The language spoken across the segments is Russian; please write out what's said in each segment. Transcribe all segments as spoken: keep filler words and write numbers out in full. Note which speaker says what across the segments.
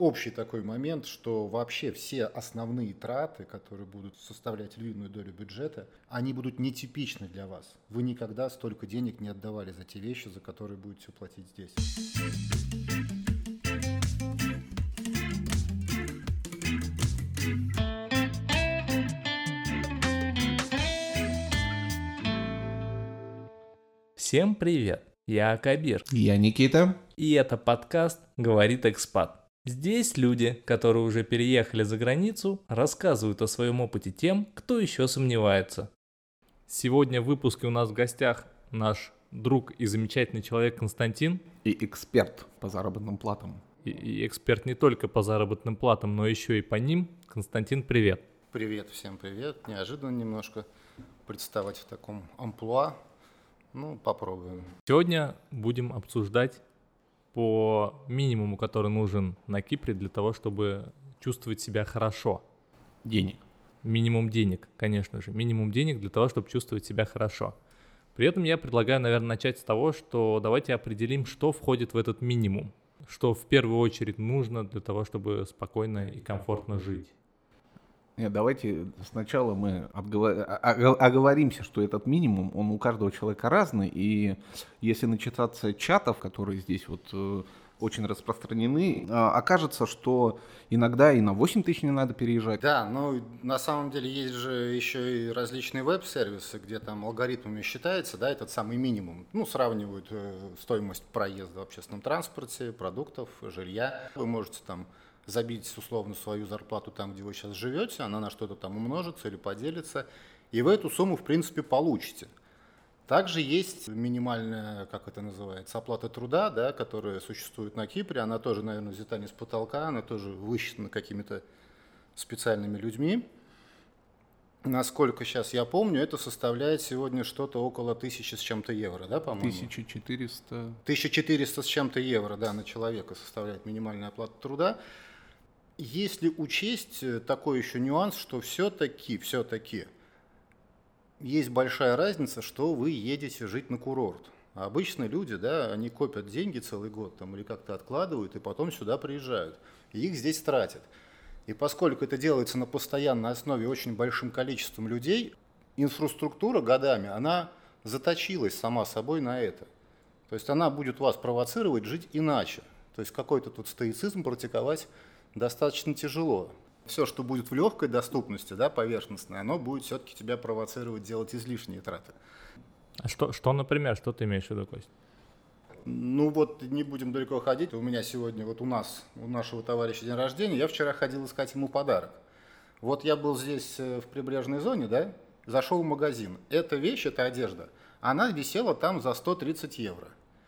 Speaker 1: общий такой момент, что вообще все основные траты, которые будут составлять львиную долю бюджета, они будут нетипичны для вас. Вы никогда столько денег не отдавали за те вещи, за которые будете платить здесь.
Speaker 2: Всем привет! Я Кабир.
Speaker 3: Я Никита.
Speaker 2: И это подкаст «Говорит экспат». Здесь люди, которые уже переехали за границу, рассказывают о своем опыте тем, кто еще сомневается. Сегодня в выпуске у нас в гостях наш друг и замечательный человек Константин.
Speaker 3: И эксперт по заработным платам.
Speaker 2: И, и эксперт не только по заработным платам, но еще и по ним. Константин, привет.
Speaker 1: Привет, всем привет. Неожиданно немножко представать в таком амплуа. Ну, попробуем.
Speaker 2: Сегодня будем обсуждать по минимуму, который нужен на Кипре для того, чтобы чувствовать себя хорошо.
Speaker 3: Денег.
Speaker 2: Минимум денег, конечно же. Минимум денег для того, чтобы чувствовать себя хорошо. При этом я предлагаю, наверное, начать с того, что давайте определим, что входит в этот минимум. Что в первую очередь нужно для того, чтобы спокойно и комфортно жить.
Speaker 3: Нет, давайте сначала мы обговор... оговоримся, что этот минимум, он у каждого человека разный, и если начитаться чатов, которые здесь вот э, очень распространены, э, окажется, что иногда и на восемь тысяч не надо переезжать.
Speaker 1: Да, но на самом деле есть же еще и различные веб-сервисы, где там алгоритмами считается, да, этот самый минимум. Ну, сравнивают э, стоимость проезда в общественном транспорте, продуктов, жилья. Вы можете там забить условно свою зарплату там, где вы сейчас живете, она на что-то там умножится или поделится, и вы эту сумму, в принципе, получите. Также есть минимальная, как это называется, оплата труда, да, которая существует на Кипре, она тоже, наверное, взята не с потолка, она тоже высчитана какими-то специальными людьми. Насколько сейчас я помню, это составляет сегодня что-то около тысячи с чем-то евро, да, по-моему?
Speaker 3: тысяча четыреста.
Speaker 1: тысяча четыреста с чем-то евро, да, на человека составляет минимальная оплата труда. Если учесть такой еще нюанс, что все-таки, все-таки есть большая разница, что вы едете жить на курорт. А обычно люди, да, они копят деньги целый год там, или как-то откладывают, и потом сюда приезжают. И их здесь тратят. И поскольку это делается на постоянной основе очень большим количеством людей, инфраструктура годами, она заточилась сама собой на это. То есть она будет вас провоцировать жить иначе. То есть какой-то тут стоицизм практиковать достаточно тяжело. Все, что будет в легкой доступности, да, поверхностной, оно будет все-таки тебя провоцировать делать излишние траты.
Speaker 2: А что, что, например, что ты имеешь в виду, Кость?
Speaker 1: Ну вот не будем далеко ходить. У меня сегодня, вот у нас, у нашего товарища день рождения, я вчера ходил искать ему подарок. Вот я был здесь в прибрежной зоне, да, зашел в магазин. Эта вещь, эта одежда, она висела там за сто тридцать евро.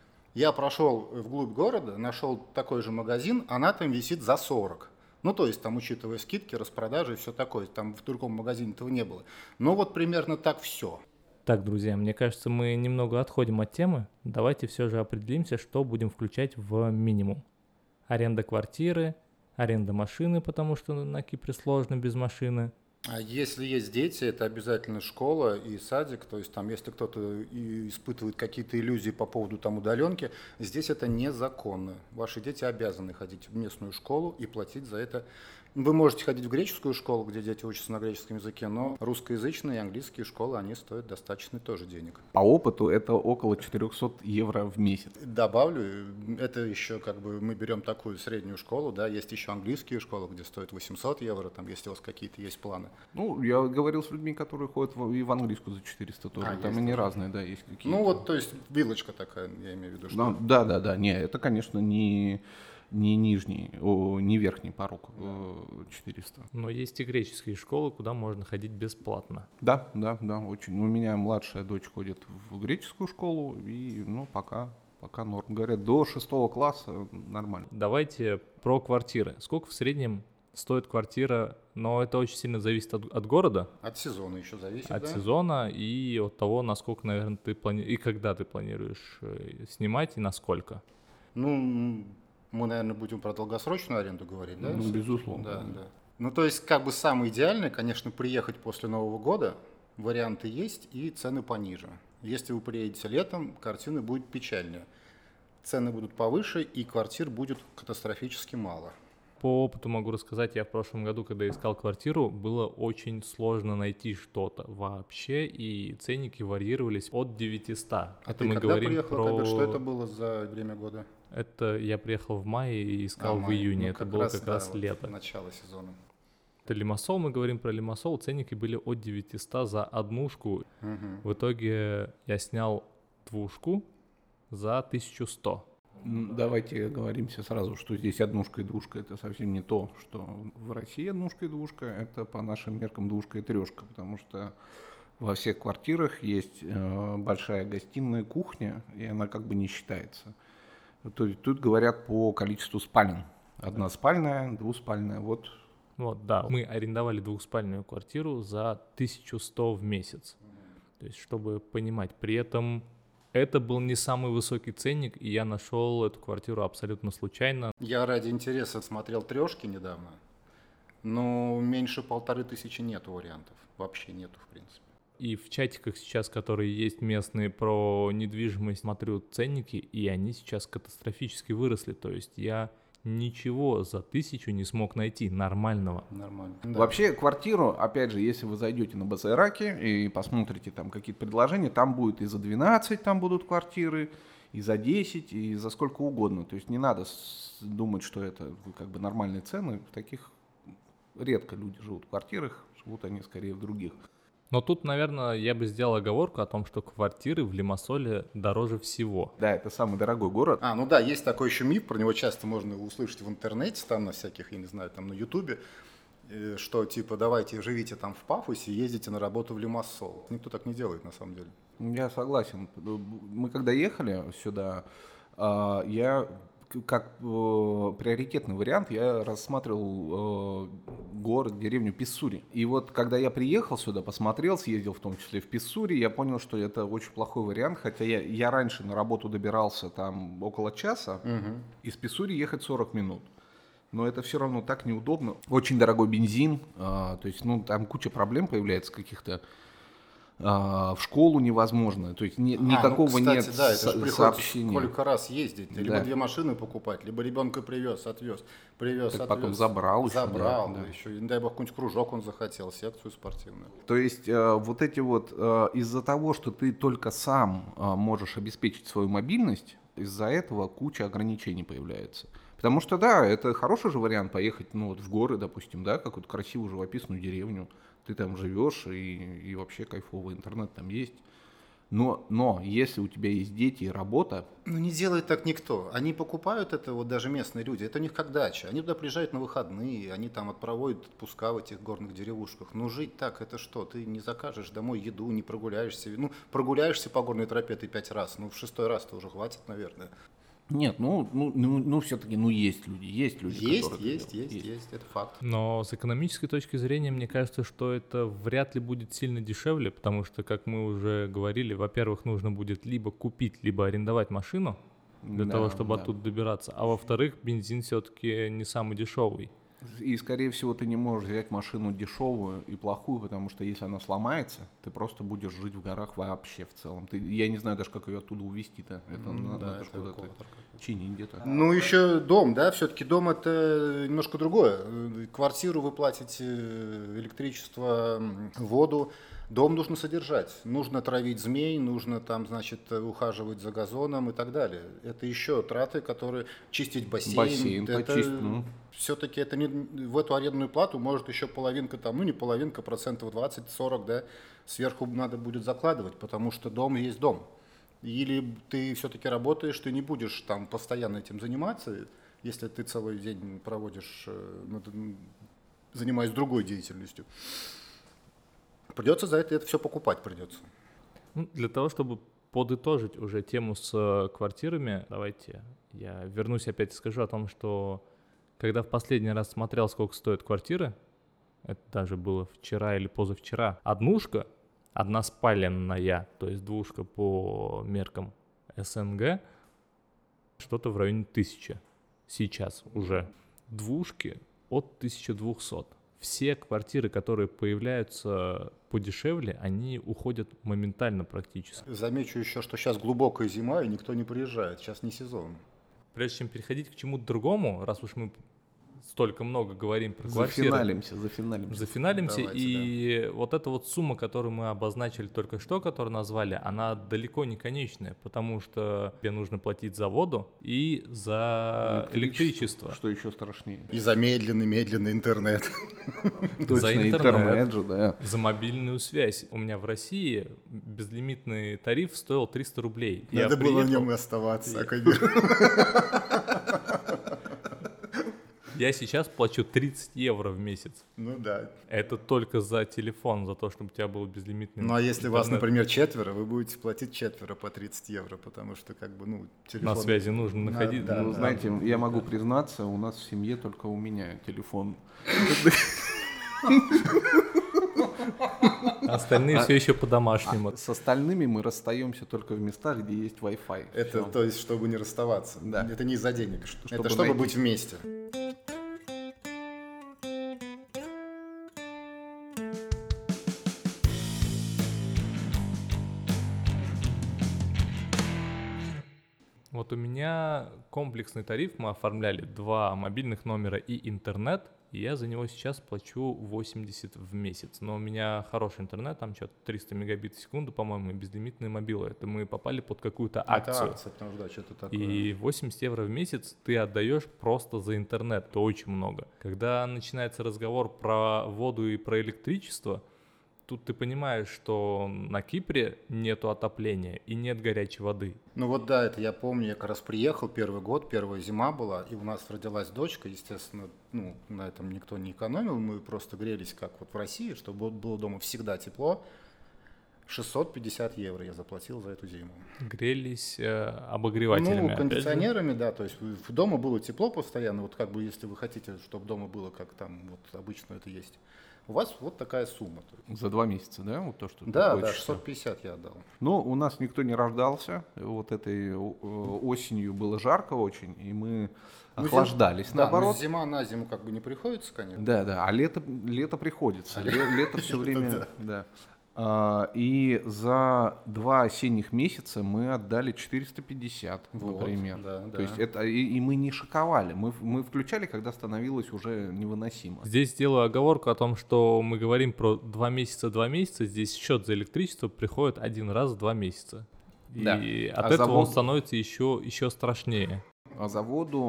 Speaker 1: Я прошел вглубь города, нашел такой же магазин, она там висит за сорок. Ну, то есть, там, учитывая скидки, распродажи и все такое, там в другом магазине этого не было. Но вот примерно так все.
Speaker 2: Так, друзья, мне кажется, мы немного отходим от темы. Давайте все же определимся, что будем включать в минимум. Аренда квартиры, аренда машины, потому что на Кипре сложно без машины.
Speaker 1: А если есть дети, это обязательно школа и садик. То есть там, если кто-то испытывает какие-то иллюзии по поводу там удаленки, здесь это незаконно. Ваши дети обязаны ходить в местную школу и платить за это. Вы можете ходить в греческую школу, где дети учатся на греческом языке, но русскоязычные и английские школы, они стоят достаточно тоже денег.
Speaker 3: По опыту это около четыреста евро в месяц.
Speaker 1: Добавлю, это еще как бы мы берем такую среднюю школу, да, есть еще английские школы, где стоят восемьсот евро, там, если у вас какие-то есть планы.
Speaker 3: Ну, я говорил с людьми, которые ходят в, и в английскую за четыреста тоже, а, там они тоже разные, да, есть какие-то.
Speaker 1: Ну вот, то есть вилочка такая, я имею в виду, что...
Speaker 3: Да, да, да, не, это, конечно, не... не нижний, о, не верхний порог четыреста.
Speaker 2: Но есть и греческие школы, куда можно ходить бесплатно.
Speaker 3: Да, да, да, очень. У меня младшая дочь ходит в греческую школу, и, ну, пока, пока норм. Говорят, до шестого класса нормально.
Speaker 2: Давайте про квартиры. Сколько в среднем стоит квартира? Но это очень сильно зависит от, от города.
Speaker 1: От сезона еще зависит,
Speaker 2: От
Speaker 1: да?
Speaker 2: сезона и от того, насколько, наверное, ты планируешь, и когда ты планируешь снимать, и насколько.
Speaker 1: Ну... Мы, наверное, будем про долгосрочную аренду говорить, да?
Speaker 3: Ну, безусловно.
Speaker 1: Да, да. Ну, то есть, как бы самое идеальное, конечно, приехать после Нового года, варианты есть и цены пониже. Если вы приедете летом, картина будет печальнее. Цены будут повыше, и квартир будет катастрофически мало.
Speaker 2: по опыту могу рассказать, я в прошлом году, когда искал квартиру, было очень сложно найти что-то вообще, и ценники варьировались от девятисот.
Speaker 1: А
Speaker 2: это
Speaker 1: ты
Speaker 2: мы
Speaker 1: когда
Speaker 2: говорим
Speaker 1: приехал?
Speaker 2: про...
Speaker 1: Когда, что это было за время года?
Speaker 2: Это я приехал в мае и искал
Speaker 1: А,
Speaker 2: в
Speaker 1: май.
Speaker 2: июне,
Speaker 1: Ну,
Speaker 2: это
Speaker 1: как
Speaker 2: было
Speaker 1: раз,
Speaker 2: как
Speaker 1: да,
Speaker 2: раз
Speaker 1: вот
Speaker 2: лето.
Speaker 1: начало сезона.
Speaker 2: Это Лимассол, мы говорим про Лимассол, ценники были от девятисот за однушку.
Speaker 1: Угу.
Speaker 2: В итоге я снял двушку за тысячу сто.
Speaker 3: Давайте оговоримся сразу, что здесь однушка и двушка — это совсем не то, что в России однушка и двушка — это по нашим меркам двушка и трешка, потому что во всех квартирах есть э, большая гостиная, кухня, и она как бы не считается. То есть тут говорят по количеству спален. Односпальная, двуспальная, вот.
Speaker 2: Вот, да, мы арендовали двухспальную квартиру за тысячу сто в месяц. То есть, чтобы понимать, при этом это был не самый высокий ценник, и я нашел эту квартиру абсолютно случайно.
Speaker 1: Я ради интереса смотрел трешки недавно, но меньше полторы тысячи нету вариантов. Вообще нету, в принципе.
Speaker 2: И в чатиках сейчас, которые есть местные про недвижимость, смотрю ценники, и они сейчас катастрофически выросли. То есть я ничего за тысячу не смог найти нормального.
Speaker 1: Нормально.
Speaker 3: Вообще квартиру, опять же, если вы зайдете на Базараке и посмотрите там какие-то предложения, там будет и за двенадцать там будут квартиры, и за десять, и за сколько угодно. То есть не надо думать, что это как бы нормальные цены. В таких редко люди живут в квартирах, живут они скорее в других.
Speaker 2: Но тут, наверное, я бы сделал оговорку о том, что квартиры в Лимассоле дороже всего.
Speaker 3: Да, это самый дорогой город.
Speaker 1: А, ну да, есть такой еще миф, про него часто можно услышать в интернете, там на всяких, я не знаю, там на Ютубе, э, что типа давайте живите там в Пафосе, ездите на работу в Лимассол. Никто так не делает на самом деле.
Speaker 3: Я согласен. Мы когда ехали сюда, э, я как э, приоритетный вариант я рассматривал э, город, деревню Писсури. И вот когда я приехал сюда, посмотрел, съездил в том числе в Писсури, я понял, что это очень плохой вариант, хотя я, я раньше на работу добирался там около часа,
Speaker 1: Угу.
Speaker 3: из Писсури ехать сорок минут. Но это все равно так неудобно. Очень дорогой бензин, э, то есть ну, там куча проблем появляется каких-то. В школу невозможно, то есть ни, никакого
Speaker 1: а, ну, кстати,
Speaker 3: нет
Speaker 1: да, это
Speaker 3: со-
Speaker 1: же
Speaker 3: сообщения.
Speaker 1: сколько раз ездить,
Speaker 3: Да.
Speaker 1: либо две машины покупать, либо ребенка привез, отвез, привез,
Speaker 3: Так
Speaker 1: отвез.
Speaker 3: потом забрал еще,
Speaker 1: Забрал,
Speaker 3: да,
Speaker 1: да,
Speaker 3: да.
Speaker 1: еще, не дай бог, какой-нибудь кружок он захотел, секцию спортивную.
Speaker 3: То есть э, вот эти вот, э, из-за того, что ты только сам э, можешь обеспечить свою мобильность, из-за этого куча ограничений появляется. Потому что, да, это хороший же вариант поехать, ну, вот в горы, допустим, да, какую-то красивую живописную деревню. Ты там живешь, и, и вообще кайфовый интернет там есть. Но, но если у тебя есть дети и работа...
Speaker 1: Ну не делает так никто. Они покупают это, вот даже местные люди, это у них как дача. Они туда приезжают на выходные, они там проводят отпуска в этих горных деревушках. Ну жить так, это что? Ты не закажешь домой еду, не прогуляешься. Ну прогуляешься по горной тропе ты пять раз, ну в шестой раз-то уже хватит, наверное.
Speaker 3: Нет, ну, ну, ну, ну все-таки, ну есть люди, есть люди,
Speaker 1: Есть,
Speaker 3: которые
Speaker 1: есть,
Speaker 3: это
Speaker 1: есть,
Speaker 3: делают.
Speaker 1: есть, это факт.
Speaker 2: Но с экономической точки зрения, мне кажется, что это вряд ли будет сильно дешевле, потому что, как мы уже говорили, во-первых, нужно будет либо купить, либо арендовать машину для
Speaker 3: Да,
Speaker 2: того, чтобы
Speaker 3: да.
Speaker 2: оттуда добираться, а во-вторых, бензин все-таки не самый дешевый.
Speaker 3: И, скорее всего, ты не можешь взять машину дешевую и плохую, потому что если она сломается, ты просто будешь жить в горах вообще в целом. Ты, я не знаю даже, как ее оттуда увезти-то. Это
Speaker 1: Ну
Speaker 3: надо,
Speaker 1: да,
Speaker 3: надо
Speaker 1: это
Speaker 3: куда-то
Speaker 1: эвакуатор
Speaker 3: чинить где-то.
Speaker 1: Ну, еще дом, да, все-таки дом это немножко другое. Квартиру вы платите, электричество, воду. Дом нужно содержать. Нужно травить змей, нужно там, значит, ухаживать за газоном и так далее. Это еще траты, которые чистить бассейн.
Speaker 3: Бассейн
Speaker 1: это
Speaker 3: почистить, ну.
Speaker 1: Все-таки это не в эту арендную плату может еще половинка там, ну не половинка, процентов двадцать-сорок, да, сверху надо будет закладывать, потому что дом есть дом. Или ты все-таки работаешь, ты не будешь там постоянно этим заниматься, если ты целый день проводишь, занимаясь другой деятельностью. Придется за это, это все покупать придется.
Speaker 2: Ну, для того, чтобы подытожить уже тему с квартирами, давайте я вернусь опять и скажу о том, что когда в последний раз смотрел, сколько стоят квартиры, это даже было вчера или позавчера, однушка, односпаленная, то есть двушка по меркам СНГ, что-то в районе тысячи сейчас уже. Двушки от тысячи двухсот. Все квартиры, которые появляются подешевле, они уходят моментально практически.
Speaker 1: Замечу еще, что сейчас глубокая зима, и никто не приезжает. Сейчас не сезон.
Speaker 2: Прежде чем переходить к чему-то другому, раз уж мы столько много говорим про квартиры.
Speaker 3: Зафиналимся, зафиналимся.
Speaker 2: Зафиналимся,
Speaker 1: Давайте,
Speaker 2: и вот эта вот сумма, которую мы обозначили только что, которую назвали, она далеко не конечная, потому что тебе нужно платить за воду и за электричество.
Speaker 3: Что еще страшнее.
Speaker 1: И за медленный, медленный интернет.
Speaker 3: Точно,
Speaker 2: За интернет,
Speaker 3: интернет же, да.
Speaker 2: за мобильную связь. У меня в России безлимитный тариф стоил триста рублей. Я
Speaker 1: Надо было в
Speaker 2: приехал-
Speaker 1: нем и оставаться.
Speaker 2: Я сейчас плачу тридцать евро в месяц.
Speaker 1: Ну да.
Speaker 2: Это только за телефон, за то, чтобы у тебя был безлимитный
Speaker 1: Ну а если вас,
Speaker 2: интернет.
Speaker 1: например, четверо, вы будете платить четверо по тридцать евро, потому что как бы, ну, телефон...
Speaker 2: На связи нужно
Speaker 1: На-
Speaker 2: находить.
Speaker 1: да,
Speaker 3: Ну,
Speaker 1: да.
Speaker 3: знаете, я могу признаться, у нас в семье только у меня телефон.
Speaker 2: Остальные все еще по-домашнему.
Speaker 3: С остальными мы расстаемся только в местах, где есть Wi-Fi.
Speaker 1: Это
Speaker 3: Всё.
Speaker 1: то есть, чтобы не расставаться.
Speaker 3: Да.
Speaker 1: Это не из-за денег.
Speaker 3: Ш-
Speaker 1: Это
Speaker 3: чтобы
Speaker 1: чтобы
Speaker 3: найти.
Speaker 1: быть вместе.
Speaker 2: Вот у меня комплексный тариф, мы оформляли два мобильных номера и интернет, и я за него сейчас плачу восемьдесят в месяц. Но у меня хороший интернет, там что-то триста мегабит в секунду, по-моему, и безлимитные мобилы. Это мы попали под какую-то акцию.
Speaker 1: Это акция, потому что да, что-то такое.
Speaker 2: И восемьдесят евро в месяц ты отдаешь просто за интернет, это очень много. Когда начинается разговор про воду и про электричество, тут ты понимаешь, что на Кипре нету отопления и нет горячей воды.
Speaker 1: Ну вот да, это я помню, я как раз приехал, первый год, первая зима была, и у нас родилась дочка, естественно, ну, на этом никто не экономил, мы просто грелись, как вот в России, чтобы было дома всегда тепло. шестьсот пятьдесят евро я заплатил за эту зиму.
Speaker 2: Грелись э, обогревателями.
Speaker 1: Ну,
Speaker 2: опять же.
Speaker 1: кондиционерами, да, то есть в дома было тепло постоянно, вот как бы если вы хотите, чтобы дома было, как там вот обычно это есть, у вас вот такая сумма.
Speaker 3: За два месяца, да? Вот то, что ты
Speaker 1: Да,
Speaker 3: хочешь.
Speaker 1: да, шестьсот пятьдесят я отдал.
Speaker 3: Ну, у нас никто не рождался. Вот этой э, осенью было жарко очень, и мы
Speaker 1: Ну, зим-
Speaker 3: охлаждались,
Speaker 1: Да,
Speaker 3: наоборот.
Speaker 1: но зима на зиму как бы не приходится, конечно.
Speaker 3: Да, да, а лето, лето приходится. Ле- Лето все время, да. А, И за два осенних месяца мы отдали четыреста пятьдесят,
Speaker 1: Вот,
Speaker 3: например.
Speaker 1: да,
Speaker 3: То
Speaker 1: да.
Speaker 3: есть это и, и мы не шиковали, мы, в- мы включали, когда становилось уже невыносимо.
Speaker 2: Здесь сделаю оговорку о том, что мы говорим про два месяца, два месяца. Здесь счет за электричество приходит один раз в два месяца. И
Speaker 3: Да.
Speaker 2: от
Speaker 3: А за
Speaker 2: этого он
Speaker 3: воду?
Speaker 2: становится еще, еще страшнее.
Speaker 3: А за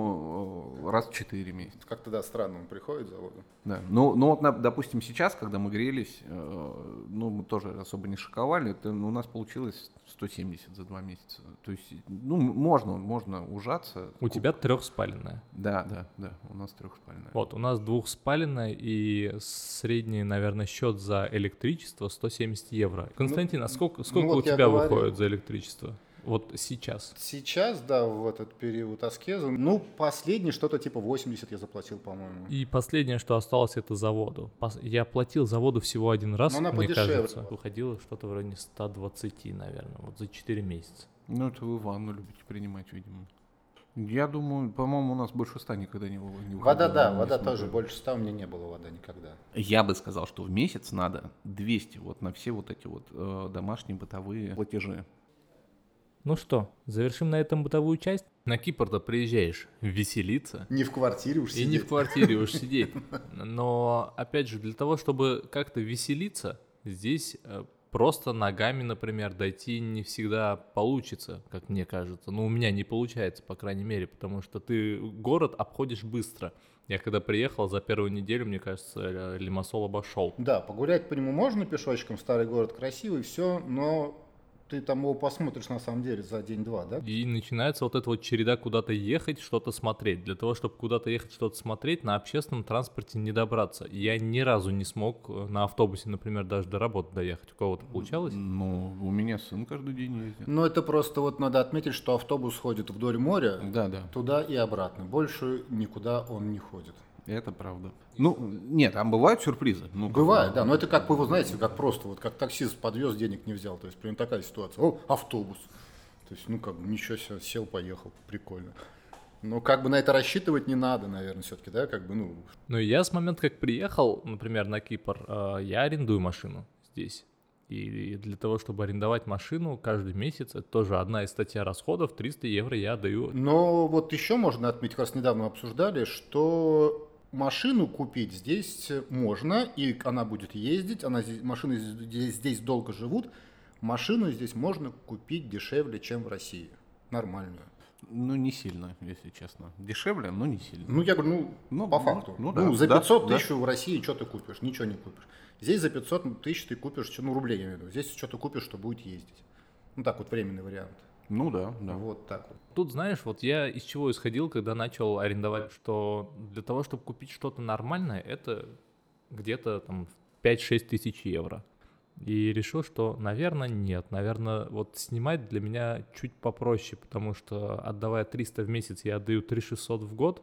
Speaker 3: воду э, раз в четыре месяца.
Speaker 1: Как-то, да, странно он приходит за воду.
Speaker 3: Да. Ну, ну вот, на- допустим, сейчас, когда мы грелись, э, ну, мы тоже особо не шиковали, это, ну, у нас получилось сто семьдесят за два месяца. То есть, ну, м- можно, можно ужаться.
Speaker 2: У тебя трехспаленная.
Speaker 3: Да, да, да, у нас трехспальная.
Speaker 2: Вот, у нас двухспаленная, и средний, наверное, счет за электричество сто семьдесят евро. Константин, а сколько, сколько у
Speaker 1: вот я
Speaker 2: тебя
Speaker 1: говорю.
Speaker 2: выходит за электричество? Вот сейчас.
Speaker 1: Сейчас, да, в этот период аскезы, ну, последний что-то типа восемьдесят я заплатил, по-моему.
Speaker 2: И последнее, что осталось, это за воду. Пос- Я платил за воду всего один раз,
Speaker 1: Но она
Speaker 2: мне
Speaker 1: подешевле.
Speaker 2: кажется. Выходило что-то в районе сто двадцать, наверное, вот за четыре месяца.
Speaker 3: Ну, это вы ванну любите принимать, видимо. Я думаю, по-моему, у нас больше ста никогда не было. не
Speaker 1: Вода,
Speaker 3: выходило,
Speaker 1: да,
Speaker 3: не
Speaker 1: вода
Speaker 3: смотрю.
Speaker 1: тоже больше ста, у меня не было вода никогда.
Speaker 3: Я бы сказал, что в месяц надо двести вот на все вот эти вот э, домашние бытовые платежи.
Speaker 2: Ну что, завершим на этом бытовую часть? На Кипр-то приезжаешь веселиться.
Speaker 1: Не в квартире уж
Speaker 2: И не в квартире уж сидеть. Но, опять же, для того, чтобы как-то веселиться, здесь э, просто ногами, например, дойти не всегда получится, как мне кажется. Ну, у меня не получается, по крайней мере, потому что ты город обходишь быстро. Я когда приехал, за первую неделю, мне кажется, э, Лимассол обошел.
Speaker 1: Да, погулять по нему можно пешочком, старый город красивый, все, но ты там его посмотришь на самом деле за день-два, да?
Speaker 2: И начинается вот эта вот череда куда-то ехать, что-то смотреть. Для того, чтобы куда-то ехать, что-то смотреть, на общественном транспорте не добраться. Я ни разу не смог э, на автобусе, например, даже до работы доехать. У кого-то получалось?
Speaker 3: Ну, у меня сын каждый день ездит.
Speaker 1: Ну, это просто вот надо отметить, что автобус ходит вдоль моря,
Speaker 3: Да, да,
Speaker 1: туда и обратно. Больше никуда он не ходит.
Speaker 3: это правда. Ну, нет, там бывают сюрпризы. Ну, как
Speaker 1: Бывает,
Speaker 3: бы,
Speaker 1: да, но это как вы, вы знаете, как просто, вот как таксист подвез, денег не взял, то есть прям такая ситуация. О, автобус. То есть, ну как бы ничего себе, сел, поехал, прикольно. Но как бы на это рассчитывать не надо, наверное, все-таки, да, как бы, ну...
Speaker 2: Ну, я с момента, как приехал, например, на Кипр, э, я арендую машину здесь. И для того, чтобы арендовать машину каждый месяц, это тоже одна из статей расходов, триста евро я отдаю.
Speaker 1: Но вот еще можно отметить, как раз недавно обсуждали, что машину купить здесь можно, и она будет ездить, она здесь, машины здесь, здесь долго живут. Машину здесь можно купить дешевле, чем в России. Нормальную.
Speaker 3: Ну, не сильно, если честно. Дешевле, но не сильно.
Speaker 1: Ну, я говорю, ну,
Speaker 3: Ну,
Speaker 1: по
Speaker 3: ну,
Speaker 1: факту.
Speaker 3: ну,
Speaker 1: Ну,
Speaker 3: да,
Speaker 1: за
Speaker 3: да,
Speaker 1: пятьсот
Speaker 3: да.
Speaker 1: тысяч в России что ты купишь? Ничего не купишь. Здесь за пятьсот тысяч ты купишь, ну, рублей я имею в виду. Здесь что-то купишь, что будет ездить. Ну, так вот, временный вариант.
Speaker 3: Ну да, да.
Speaker 1: Вот так вот.
Speaker 2: Тут, знаешь, вот я из чего исходил, когда начал арендовать, что для того, чтобы купить что-то нормальное, это где-то там пять-шесть тысяч евро. И решил, что, наверное, нет. Наверное, вот снимать для меня чуть попроще, потому что, отдавая триста в месяц, я отдаю три тысячи шестьсот в год.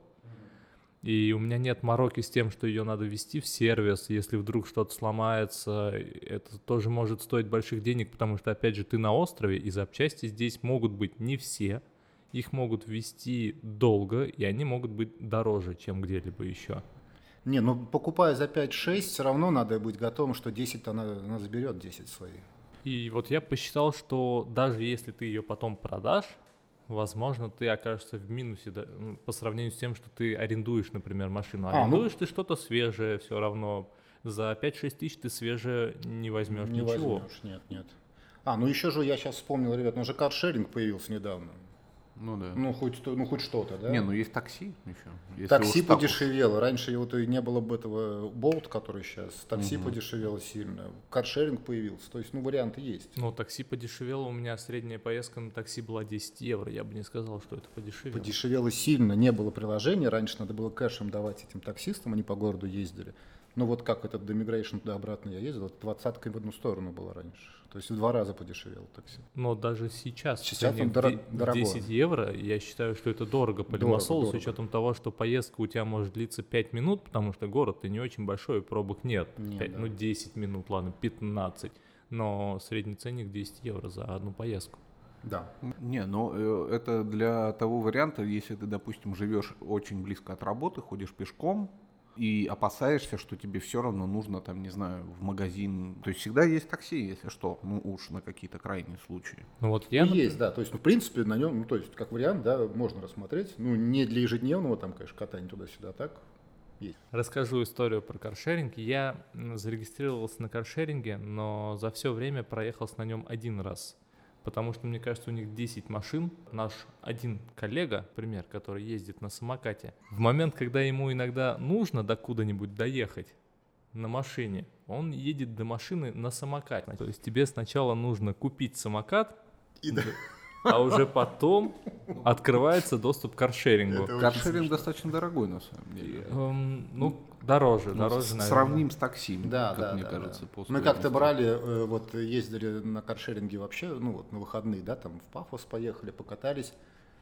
Speaker 2: И у меня нет мороки с тем, что ее надо везти в сервис. Если вдруг что-то сломается, это тоже может стоить больших денег, потому что, опять же, ты на острове, и запчасти здесь могут быть не все. Их могут везти долго, и они могут быть дороже, чем где-либо еще.
Speaker 1: Не, ну покупая за пять-шесть, все равно надо быть готовым, что десять она, она заберет десять свои.
Speaker 2: И вот я посчитал, что даже если ты ее потом продашь, возможно, ты окажешься в минусе, да, ну, по сравнению с тем, что ты арендуешь, например, машину.
Speaker 1: А, ну-
Speaker 2: Арендуешь ты что-то свежее все равно. За пять-шесть тысяч ты свежее не возьмешь
Speaker 1: Не
Speaker 2: ничего.
Speaker 1: возьмешь, нет, нет. А, ну еще же я сейчас вспомнил, ребят, ну же каршеринг появился недавно.
Speaker 3: Ну да.
Speaker 1: Ну хоть, что- ну, хоть что-то, да?
Speaker 3: Не, ну есть такси еще. Если
Speaker 1: Такси
Speaker 3: уж так уж.
Speaker 1: подешевело. Раньше вот и не было бы этого Bolt, который сейчас. Такси
Speaker 3: Мгм.
Speaker 1: подешевело сильно. Каршеринг появился. То есть, ну, варианты есть.
Speaker 2: Ну, такси подешевело, у меня средняя поездка на такси была десять евро. Я бы не сказал, что это подешевело.
Speaker 1: Подешевело сильно. Не было приложения. Раньше надо было кэшем давать этим таксистам, они по городу ездили. Ну вот как этот до Migration туда-обратно я ездил, двадцаткой в одну сторону было раньше. То есть в два раза подешевело такси.
Speaker 2: Но даже сейчас,
Speaker 1: Сейчас
Speaker 2: ценник
Speaker 1: он доро-
Speaker 2: де-
Speaker 1: дорогой.
Speaker 2: десять евро, я считаю, что это дорого по Лимассолу, с
Speaker 1: дорого.
Speaker 2: учетом того, что поездка у тебя может длиться пять минут, потому что город-то не очень большой, и пробок нет.
Speaker 1: Не,
Speaker 2: Пять-
Speaker 1: да.
Speaker 2: Ну, десять минут, ладно, пятнадцать. Но средний ценник десять евро за одну поездку.
Speaker 1: Да.
Speaker 3: Не, ну э, это для того варианта, если ты, допустим, живешь очень близко от работы, ходишь пешком и опасаешься, что тебе все равно нужно, там, не знаю, в магазин. То есть всегда есть такси, если что, ну уж на какие-то крайние случаи.
Speaker 2: Ну вот
Speaker 1: Я
Speaker 2: я,
Speaker 1: ну,
Speaker 2: например,
Speaker 1: есть, да. То есть, ну, в принципе, на нем, ну, то есть, как вариант, да, можно рассмотреть. Ну, не для ежедневного, там, конечно, катания туда-сюда, а так есть.
Speaker 2: расскажу историю про каршеринг. Я м, зарегистрировался на каршеринге, но за все время проехался на нем один раз. Потому что, мне кажется, у них десять машин. Наш один коллега, например, который ездит на самокате, в момент, когда ему иногда нужно до куда-нибудь доехать на машине, он едет до машины на самокате. То есть тебе сначала нужно купить самокат,
Speaker 1: И да.
Speaker 2: а уже потом открывается доступ к каршерингу.
Speaker 1: Это очень
Speaker 3: Каршеринг
Speaker 1: смешно.
Speaker 3: достаточно дорогой, на самом деле.
Speaker 2: Эм, ну, дороже,
Speaker 3: Ну,
Speaker 2: дороже,
Speaker 3: с-
Speaker 2: наверное.
Speaker 3: Сравним с такси,
Speaker 1: Да,
Speaker 3: как
Speaker 1: да,
Speaker 3: мне
Speaker 1: да,
Speaker 3: кажется.
Speaker 1: да.
Speaker 3: по
Speaker 1: Мы как-то
Speaker 3: стоимости.
Speaker 1: брали, э, вот ездили на каршеринге вообще, ну вот на выходные, да, там в Пафос поехали, покатались.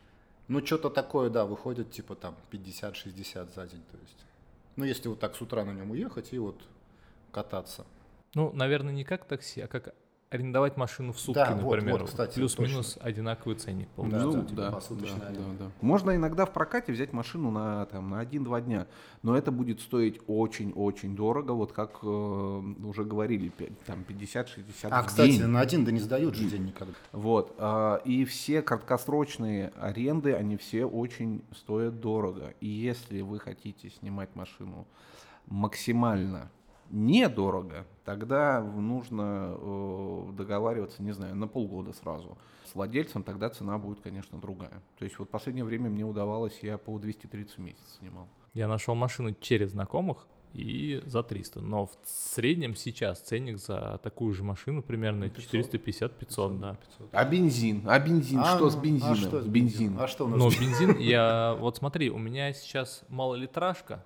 Speaker 1: Ну что-то такое, да, выходит типа там пятьдесят-шестьдесят за день, то есть. Ну если вот так с утра на нем уехать и вот кататься.
Speaker 2: Ну, наверное, не как такси, а как арендовать машину в сутки,
Speaker 1: Да, вот,
Speaker 2: например.
Speaker 1: вот, кстати,
Speaker 2: Плюс-минус одинаковый ценник
Speaker 1: Да,
Speaker 2: получается.
Speaker 3: Ну,
Speaker 1: да, типа
Speaker 3: да,
Speaker 1: посуточная
Speaker 3: да,
Speaker 1: аренда.
Speaker 3: да, да. Можно иногда в прокате взять машину на, там, на один-два дня, но это будет стоить очень-очень дорого, вот как э, уже говорили, пя- там пятьдесят-шестьдесят
Speaker 1: А,
Speaker 3: в
Speaker 1: кстати,
Speaker 3: день.
Speaker 1: на один да не сдают же день никогда.
Speaker 3: Вот, а, и все краткосрочные аренды, они все очень стоят дорого. И если вы хотите снимать машину максимально недорого, тогда нужно э, договариваться, не знаю, на полгода сразу. С владельцем тогда цена будет, конечно, другая. То есть вот в последнее время мне удавалось, я по двести тридцать в месяц снимал.
Speaker 2: Я нашел машину через знакомых и за триста. Но в среднем сейчас ценник за такую же машину примерно
Speaker 1: пятьсот.
Speaker 2: четыреста пятьдесят-пятьсот, да.
Speaker 3: А бензин? А бензин?
Speaker 1: А,
Speaker 3: что с
Speaker 1: ну,
Speaker 3: бензином?
Speaker 1: А что с
Speaker 3: бензин.
Speaker 1: А что у нас?
Speaker 2: Но бензин, я, вот смотри, у меня сейчас малолитражка,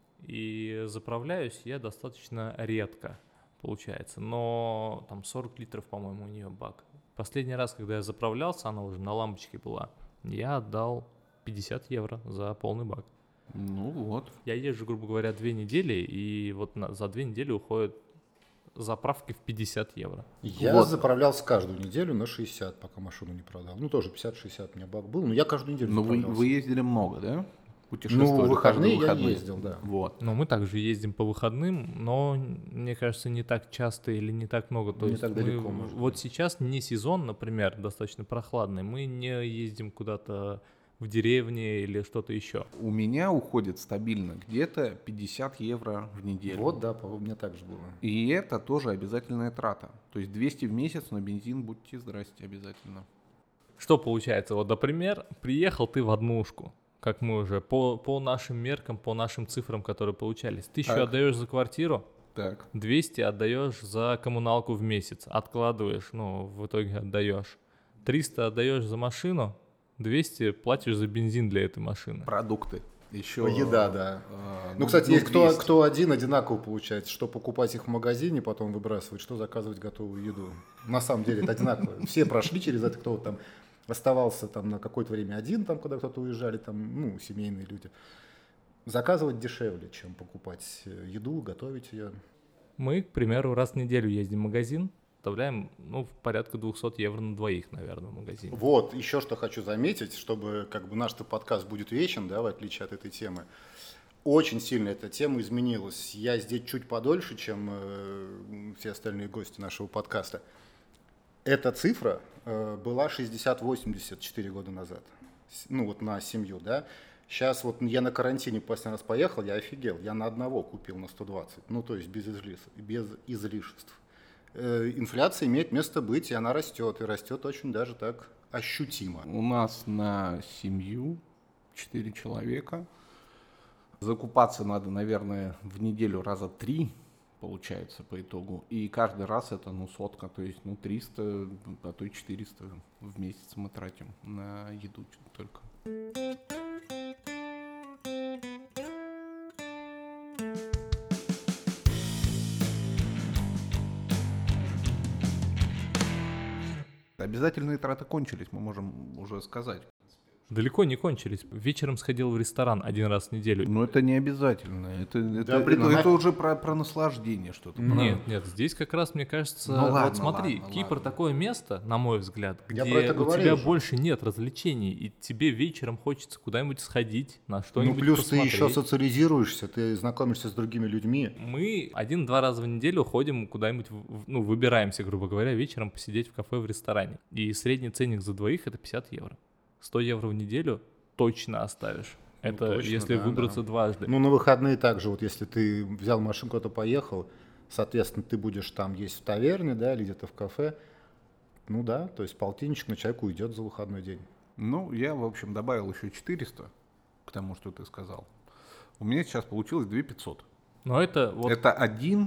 Speaker 2: и заправляюсь я достаточно редко, получается. Но там сорок литров, по-моему, у нее бак. Последний раз, когда я заправлялся, она уже на лампочке была, я отдал пятьдесят евро за полный бак.
Speaker 3: Ну вот.
Speaker 2: Я езжу, грубо говоря, две недели, и вот на- за две недели уходят заправки в пятьдесят евро.
Speaker 1: Я
Speaker 3: Вот.
Speaker 1: заправлялся каждую неделю на шестьдесят, пока машину не продал. Ну, тоже пятьдесят-шестьдесят у меня бак был, но я каждую неделю
Speaker 3: Но вы,
Speaker 1: заправлялся.
Speaker 3: вы ездили много, да? Путешествовали
Speaker 1: Ну, в выходные
Speaker 3: каждые
Speaker 1: я
Speaker 3: выходные.
Speaker 1: ездил, да.
Speaker 3: Вот.
Speaker 2: Но мы также ездим по выходным, но, мне кажется, не так часто или не так много. То
Speaker 1: Не
Speaker 2: есть
Speaker 1: так
Speaker 2: мы-
Speaker 1: далеко, может
Speaker 2: вот сейчас не сезон, например, достаточно прохладный, мы не ездим куда-то в деревне или что-то еще?
Speaker 3: У меня уходит стабильно где-то пятьдесят евро в неделю.
Speaker 1: Вот, да, по-моему, у меня так же было.
Speaker 3: И это тоже обязательная трата. То есть двести в месяц на бензин, будьте здрасте, обязательно.
Speaker 2: Что получается? Вот, например, приехал ты в однушку, как мы уже по, по нашим меркам, по нашим цифрам, которые получались. Тысячу
Speaker 3: Так.
Speaker 2: отдаешь за квартиру,
Speaker 3: Так.
Speaker 2: двести отдаешь за коммуналку в месяц, откладываешь, ну, в итоге отдаешь. триста отдаешь за машину, двести платишь за бензин для этой машины.
Speaker 3: Продукты. Еще
Speaker 1: Еда, да.
Speaker 3: э,
Speaker 1: Ну, кстати,
Speaker 3: ну,
Speaker 1: есть кто,
Speaker 3: двести.
Speaker 1: кто один, одинаково получается, что покупать их в магазине, потом выбрасывать, что заказывать готовую еду. На самом деле это одинаково. Все прошли через это, кто там оставался там на какое-то время один, там, когда кто-то уезжали, там, ну, семейные люди. Заказывать дешевле, чем покупать еду, готовить ее.
Speaker 2: Мы, к примеру, раз в неделю ездим в магазин, оставляем, ну, порядка двести евро на двоих, наверное, в магазине.
Speaker 1: Вот, еще что хочу заметить, чтобы как бы наш подкаст будет вечен, да, в отличие от этой темы. Очень сильно эта тема изменилась. Я здесь чуть подольше, чем э, все остальные гости нашего подкаста. Эта цифра э, была шестьдесят восемьдесят четыре года назад. С- Ну, вот на семью, да. Сейчас вот я на карантине последний раз поехал, я офигел. Я на одного купил на сто двадцать. Ну, то есть без излишеств. Без излишеств. Э, инфляция имеет место быть, и она растет. И растет очень даже так ощутимо.
Speaker 3: У нас на семью четыре человека. Закупаться надо, наверное, в неделю раза три, получается, по итогу. И каждый раз это, ну, сотка, то есть, ну, триста, а то и четыреста в месяц мы тратим на еду только. Обязательные траты кончились, мы можем уже сказать.
Speaker 2: Далеко не кончились. Вечером сходил в ресторан один раз в неделю.
Speaker 3: Но это не обязательно. Это, это,
Speaker 1: блин,
Speaker 3: это-
Speaker 1: ну,
Speaker 3: это
Speaker 1: на-
Speaker 3: уже про, про наслаждение что-то.
Speaker 2: Нет, нет, здесь как раз, мне кажется,
Speaker 3: Ну ладно,
Speaker 2: вот смотри,
Speaker 3: ладно,
Speaker 2: Кипр
Speaker 3: ладно.
Speaker 2: такое место, на мой взгляд,
Speaker 1: Я
Speaker 2: где
Speaker 1: про это
Speaker 2: у
Speaker 1: говорил
Speaker 2: тебя
Speaker 1: же.
Speaker 2: больше нет развлечений, и тебе вечером хочется куда-нибудь сходить, на
Speaker 1: Ну,
Speaker 2: что-нибудь
Speaker 1: плюс ты
Speaker 2: посмотреть.
Speaker 1: еще социализируешься, ты знакомишься с другими людьми.
Speaker 2: Мы один-два раза в неделю ходим куда-нибудь, в- в- ну, выбираемся, грубо говоря, вечером посидеть в кафе, в ресторане. И средний ценник за двоих — это пятьдесят евро. сто евро в неделю точно оставишь.
Speaker 1: Ну,
Speaker 2: Это
Speaker 1: точно,
Speaker 2: если
Speaker 1: да,
Speaker 2: выбраться
Speaker 1: да.
Speaker 2: дважды.
Speaker 1: Ну, на выходные также, вот если ты взял машину, куда-то поехал, соответственно, ты будешь там есть в таверне, да, или где-то в кафе. Ну да, то есть полтинничек на человека уйдет за выходной день.
Speaker 3: Ну, я, в общем, добавил еще четыреста к тому, что ты сказал. У меня сейчас получилось две тысячи пятьсот.
Speaker 2: Но это вот,
Speaker 3: Это один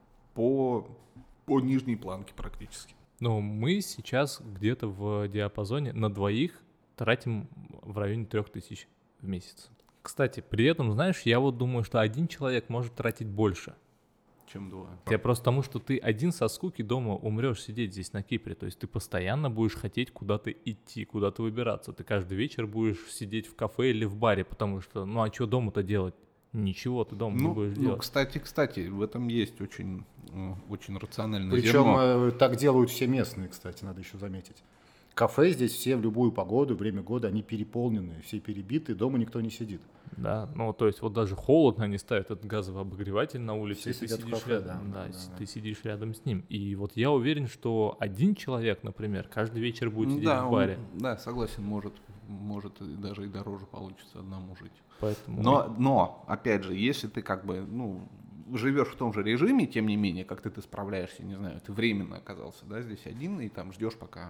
Speaker 3: по, по нижней планке практически.
Speaker 2: ну, мы сейчас где-то в диапазоне на двоих тратим в районе трех тысяч в месяц. Кстати, при этом, знаешь, я вот думаю, что один человек может тратить больше.
Speaker 3: Чем двое.
Speaker 2: Я просто потому, что ты один со скуки дома умрешь сидеть здесь на Кипре. То есть ты постоянно будешь хотеть куда-то идти, куда-то выбираться. Ты каждый вечер будешь сидеть в кафе или в баре, потому что, ну а что дома-то делать? Ничего ты дома не
Speaker 3: Ну,
Speaker 2: будешь
Speaker 3: ну,
Speaker 2: делать.
Speaker 3: кстати, кстати, в этом есть очень, э, очень рациональное
Speaker 1: Причем
Speaker 3: зерно.
Speaker 1: э, так делают все местные, кстати, надо еще заметить. Кафе здесь все в любую погоду, время года, они переполнены, все перебиты, дома никто не сидит.
Speaker 2: Да, ну то есть вот даже холодно они ставят этот газовый обогреватель на улице,
Speaker 1: Все
Speaker 2: и ты
Speaker 1: сидят в
Speaker 2: сидишь
Speaker 1: кафе,
Speaker 2: рядом,
Speaker 1: да,
Speaker 2: да,
Speaker 1: да,
Speaker 2: с-
Speaker 1: да.
Speaker 2: ты сидишь рядом с ним. И вот я уверен, что один человек, например, каждый вечер будет сидеть
Speaker 3: да,
Speaker 2: в
Speaker 3: он-
Speaker 2: баре.
Speaker 3: да, согласен, может, может и даже и дороже получится одному жить.
Speaker 2: Поэтому
Speaker 3: Но, но, опять же, если ты как бы, ну, живешь в том же режиме, тем не менее, как ты, ты справляешься, не знаю, ты временно оказался, да, здесь один, и там ждешь, пока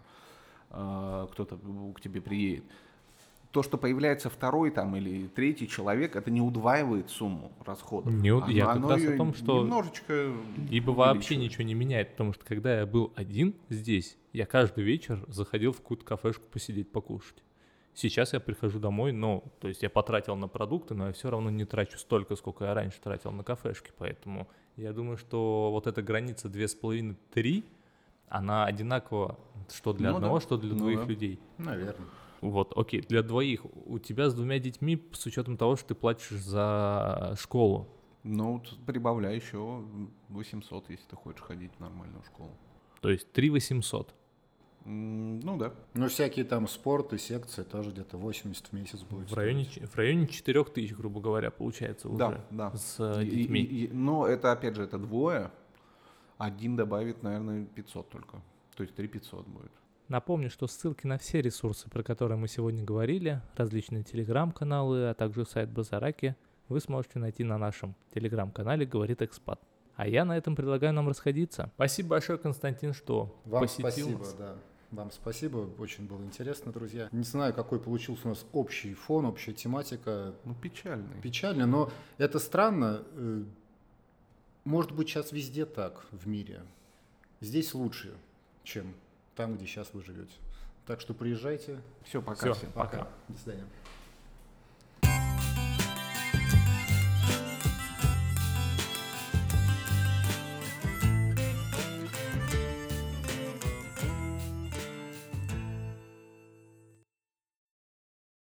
Speaker 3: э, кто-то к тебе приедет. То, что появляется второй там или третий человек, это не удваивает сумму расходов.
Speaker 2: Не уд- я как раз о
Speaker 3: её
Speaker 2: том, что
Speaker 3: немножечко
Speaker 2: либо вообще
Speaker 3: увеличивает.
Speaker 2: ничего не меняет, потому что когда я был один здесь, я каждый вечер заходил в какую-то кафешку посидеть, покушать. Сейчас я прихожу домой, но, то есть я потратил на продукты, но я все равно не трачу столько, сколько я раньше тратил на кафешки, поэтому я думаю, что вот эта граница две с половиной - три, она одинакова что для
Speaker 3: Ну
Speaker 2: одного,
Speaker 3: да,
Speaker 2: что для
Speaker 3: ну
Speaker 2: двоих
Speaker 3: да.
Speaker 2: людей.
Speaker 1: Наверное.
Speaker 2: Вот, окей, для двоих. У тебя с двумя детьми, с учетом того, что ты платишь за школу,
Speaker 3: Ну, вот прибавляй еще восемьсот, если ты хочешь ходить в нормальную школу.
Speaker 2: то есть три восемьсот.
Speaker 3: М, Ну да.
Speaker 1: Ну, всякие там спорты, секции, тоже где-то восемьдесят в месяц будет.
Speaker 2: В районе,
Speaker 1: стоить.
Speaker 2: ч- в районе четырех тысяч, грубо говоря, получается уже
Speaker 3: Да, да.
Speaker 2: с э,
Speaker 3: И-
Speaker 2: детьми.
Speaker 3: и- и- но это, опять же, это двое. Один добавит, наверное, пятьсот только. То есть три пятьсот будет.
Speaker 2: Напомню, что ссылки на все ресурсы, про которые мы сегодня говорили, различные телеграм-каналы, а также сайт Базараки, вы сможете найти на нашем телеграм-канале «Говорит Экспат». А я на этом предлагаю нам расходиться. Спасибо большое, Константин, что
Speaker 1: Вам
Speaker 2: посетил
Speaker 1: спасибо,
Speaker 2: нас.
Speaker 1: да. Вам спасибо, очень было интересно, друзья. Не знаю, какой получился у нас общий фон, общая тематика.
Speaker 3: Ну, печальный.
Speaker 1: Печально, но это странно. Может быть, сейчас везде так в мире. Здесь лучше, чем там, где сейчас вы живете. Так что приезжайте.
Speaker 3: Все, пока
Speaker 2: Всё,
Speaker 3: всем.
Speaker 2: пока.
Speaker 1: До свидания.